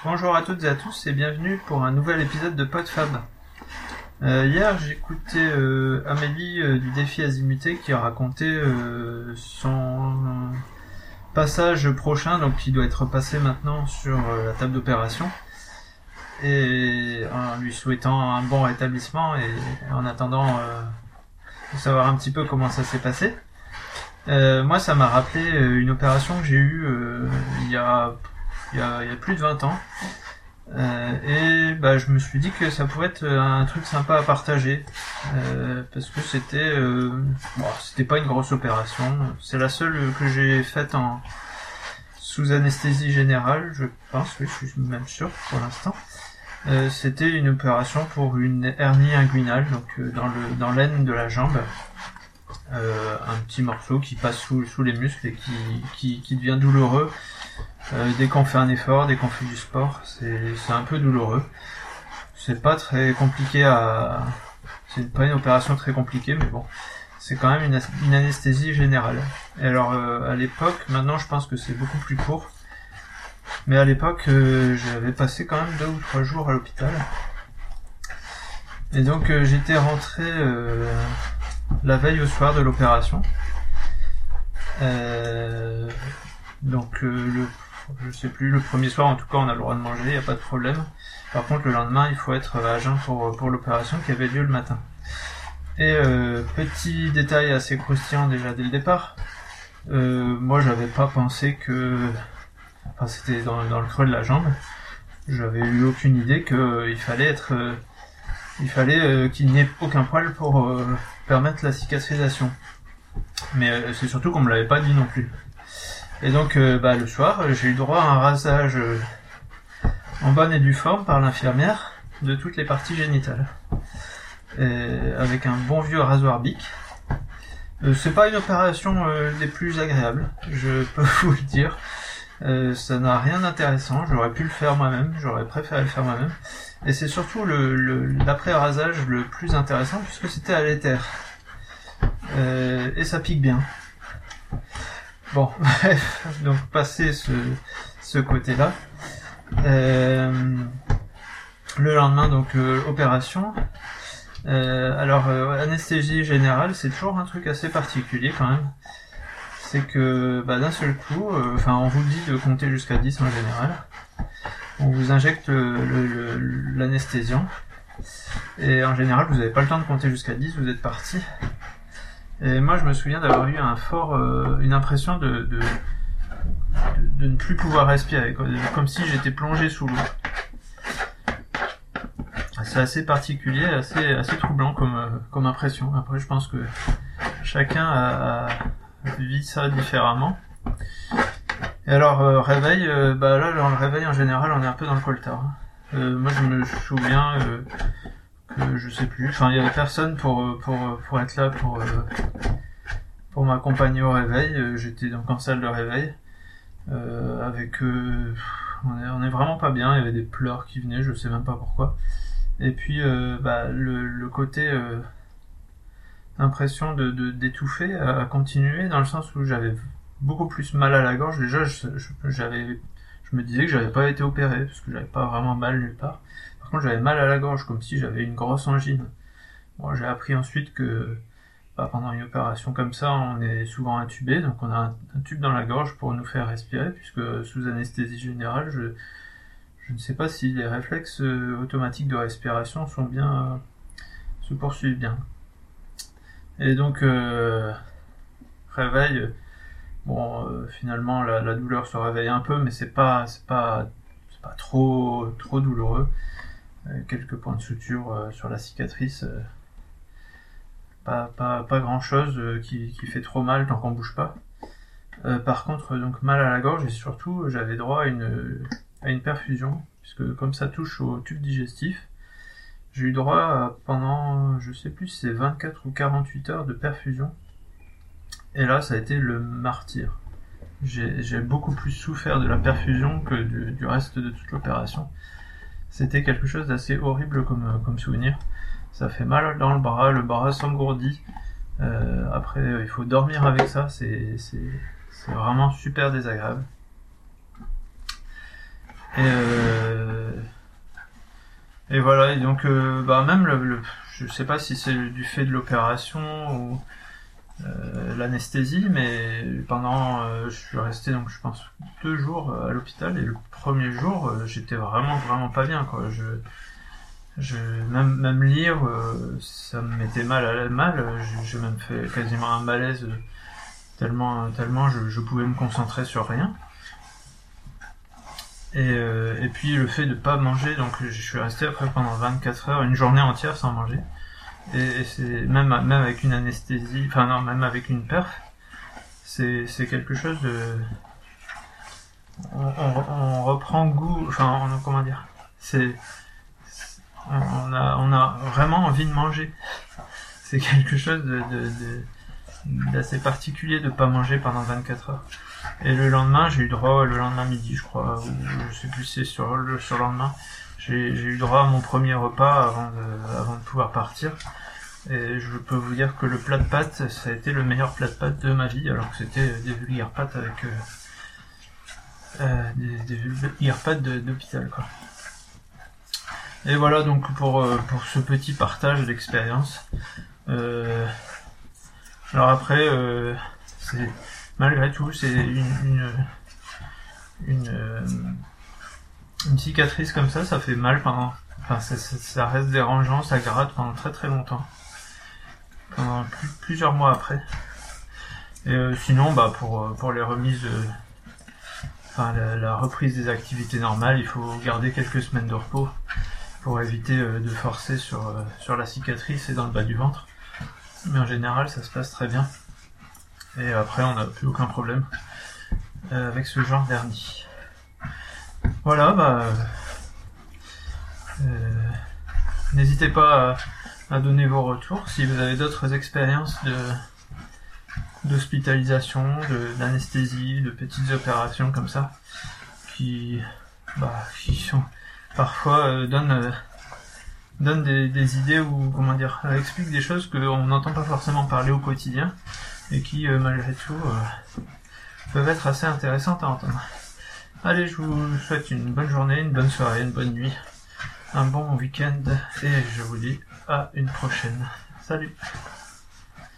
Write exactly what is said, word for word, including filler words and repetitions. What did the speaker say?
Bonjour à toutes et à tous et bienvenue pour un nouvel épisode de PodFab. Euh, hier j'écoutais euh, Amélie euh, du défi Azimuté qui a raconté euh, son passage prochain, donc qui doit être passé maintenant sur euh, la table d'opération, et en lui souhaitant un bon rétablissement et en attendant euh, de savoir un petit peu comment ça s'est passé. Euh, moi ça m'a rappelé euh, une opération que j'ai eue euh, il y a Il y, a, il y a plus de vingt ans, euh, et bah, je me suis dit que ça pouvait être un truc sympa à partager, euh, parce que c'était euh, bon, c'était pas une grosse opération, c'est la seule que j'ai faite en sous anesthésie générale, je pense, oui, je suis même sûr pour l'instant. Euh, c'était une opération pour une hernie inguinale, donc euh, dans le dans l'aine de la jambe, euh, un petit morceau qui passe sous sous les muscles et qui qui, qui devient douloureux. Euh, dès qu'on fait un effort, dès qu'on fait du sport, c'est, c'est un peu douloureux. C'est pas très compliqué à... C'est pas une opération très compliquée, mais bon, c'est quand même une, une anesthésie générale. Et alors, euh, à l'époque, maintenant je pense que c'est beaucoup plus court, mais à l'époque, euh, j'avais passé quand même deux ou trois jours à l'hôpital. Et donc, euh, j'étais rentré euh, la veille au soir de l'opération. Euh, donc, euh, le je sais plus, le premier soir en tout cas on a le droit de manger, y a pas de problème. Par contre le lendemain il faut être à jeun pour, pour l'opération qui avait lieu le matin. Et euh, petit détail assez croustillant déjà dès le départ, euh, moi j'avais pas pensé que... Enfin c'était dans, dans le creux de la jambe, j'avais eu aucune idée qu'il euh, fallait être... Euh, il fallait euh, qu'il n'y ait aucun poil pour euh, permettre la cicatrisation. Mais euh, c'est surtout qu'on me l'avait pas dit non plus. Et donc euh, bah, le soir, j'ai eu droit à un rasage euh, en bonne et due forme par l'infirmière de toutes les parties génitales. Et avec un bon vieux rasoir bic. Euh, c'est pas une opération euh, des plus agréables, je peux vous le dire. Euh, ça n'a rien d'intéressant, j'aurais pu le faire moi-même, j'aurais préféré le faire moi-même. Et c'est surtout le, le, l'après-rasage le plus intéressant puisque c'était à l'éther. Euh, et ça pique bien. Bon, bref, donc passer ce, ce côté-là. Euh, le lendemain, donc euh, opération. Euh, alors, euh, anesthésie générale, c'est toujours un truc assez particulier quand même. C'est que bah, d'un seul coup, enfin, euh, on vous dit de compter jusqu'à dix en général. On vous injecte le, le, le, l'anesthésiant. Et en général, vous n'avez pas le temps de compter jusqu'à dix, vous êtes parti. Et moi, je me souviens d'avoir eu un fort, euh, une impression de, de, de, de ne plus pouvoir respirer, quoi, comme si j'étais plongé sous l'eau. C'est assez particulier, assez, assez troublant comme, comme impression. Après, je pense que chacun a, a vit ça différemment. Et alors, euh, réveil, euh, bah là, dans le réveil, en général, on est un peu dans le coltard. Euh, moi, je me souviens... Euh, que je sais plus, enfin il y avait personne pour pour pour être là pour pour m'accompagner au réveil. J'étais donc en salle de réveil euh, avec euh, on est on est vraiment pas bien, il y avait des pleurs qui venaient, je sais même pas pourquoi. Et puis euh, bah le le côté euh, impression de, de d'étouffer a, a continué dans le sens où j'avais beaucoup plus mal à la gorge. Déjà je, je, j'avais je me disais que j'avais pas été opéré parce que j'avais pas vraiment mal nulle part. Par contre, j'avais mal à la gorge, comme si j'avais une grosse angine. Bon, j'ai appris ensuite que bah, pendant une opération comme ça, on est souvent intubé, donc on a un, un tube dans la gorge pour nous faire respirer, puisque sous anesthésie générale, je, je ne sais pas si les réflexes euh, automatiques de respiration sont bien euh, se poursuivent bien. Et donc, euh, réveil, bon, euh, finalement, la, la douleur se réveille un peu, mais c'est pas, c'est pas, c'est pas trop, trop douloureux. Quelques points de suture euh, sur la cicatrice, euh, pas, pas, pas grand chose euh, qui, qui fait trop mal tant qu'on bouge pas. Euh, par contre, donc mal à la gorge et surtout j'avais droit à une, à une perfusion, puisque comme ça touche au tube digestif, j'ai eu droit à, pendant, je sais plus si c'est vingt-quatre ou quarante-huit heures de perfusion. Et là, ça a été le martyre. J'ai, j'ai beaucoup plus souffert de la perfusion que du, du reste de toute l'opération. C'était quelque chose d'assez horrible comme, comme souvenir. Ça fait mal dans le bras, le bras s'engourdit. Euh, après, il faut dormir avec ça, c'est, c'est, c'est vraiment super désagréable. Et euh, voilà, et donc euh, bah même le, le je sais pas si c'est du fait de l'opération ou euh, l'anesthésie, mais pendant euh, je suis resté donc je pense deux jours à l'hôpital, et le premier jour euh, j'étais vraiment vraiment pas bien quoi. Je je même même lire euh, ça me mettait mal à la mal, j'ai même fait quasiment un malaise euh, tellement tellement je, je pouvais me concentrer sur rien. Et, euh, et puis le fait de pas manger, donc je suis resté après pendant vingt-quatre heures, une journée entière sans manger. Et, et c'est même même avec une anesthésie, enfin non, même avec une perf, c'est c'est quelque chose de, on, on, on reprend goût, enfin on, comment dire, c'est on a on a vraiment envie de manger. C'est quelque chose de, de, de d'assez particulier de pas manger pendant vingt-quatre heures. Et le lendemain, j'ai eu droit, le lendemain midi, je crois, ou je sais plus si c'est sur le sur le lendemain, j'ai j'ai eu droit à mon premier repas avant de avant de pouvoir partir. Et je peux vous dire que le plat de pâtes, ça a été le meilleur plat de pâtes de ma vie, alors que c'était des vulgaires pâtes avec euh, euh, des, des vulgaires pâtes de, d'hôpital, quoi. Et voilà donc pour euh, pour ce petit partage d'expérience. Euh, alors après, euh, c'est malgré tout, c'est une, une, une, euh, une cicatrice comme ça, ça fait mal pendant, enfin, ça, ça, ça reste dérangeant, ça gratte pendant très très longtemps, pendant plus, plusieurs mois après. Et euh, sinon, bah pour pour les remises, euh, enfin la, la reprise des activités normales, il faut garder quelques semaines de repos pour éviter euh, de forcer sur euh, sur la cicatrice et dans le bas du ventre. Mais en général, ça se passe très bien. Et après, on n'a plus aucun problème euh, avec ce genre d'hernie. Voilà, bah... Euh, n'hésitez pas à, à donner vos retours si vous avez d'autres expériences de d'hospitalisation, de, d'anesthésie, de petites opérations comme ça, qui, bah, qui sont parfois euh, donnent, euh, donnent des, des idées ou comment dire, expliquent des choses qu'on n'entend pas forcément parler au quotidien, et qui, euh, malgré tout, euh, peuvent être assez intéressantes à entendre. Allez, je vous souhaite une bonne journée, une bonne soirée, une bonne nuit, un bon week-end, et je vous dis à une prochaine. Salut!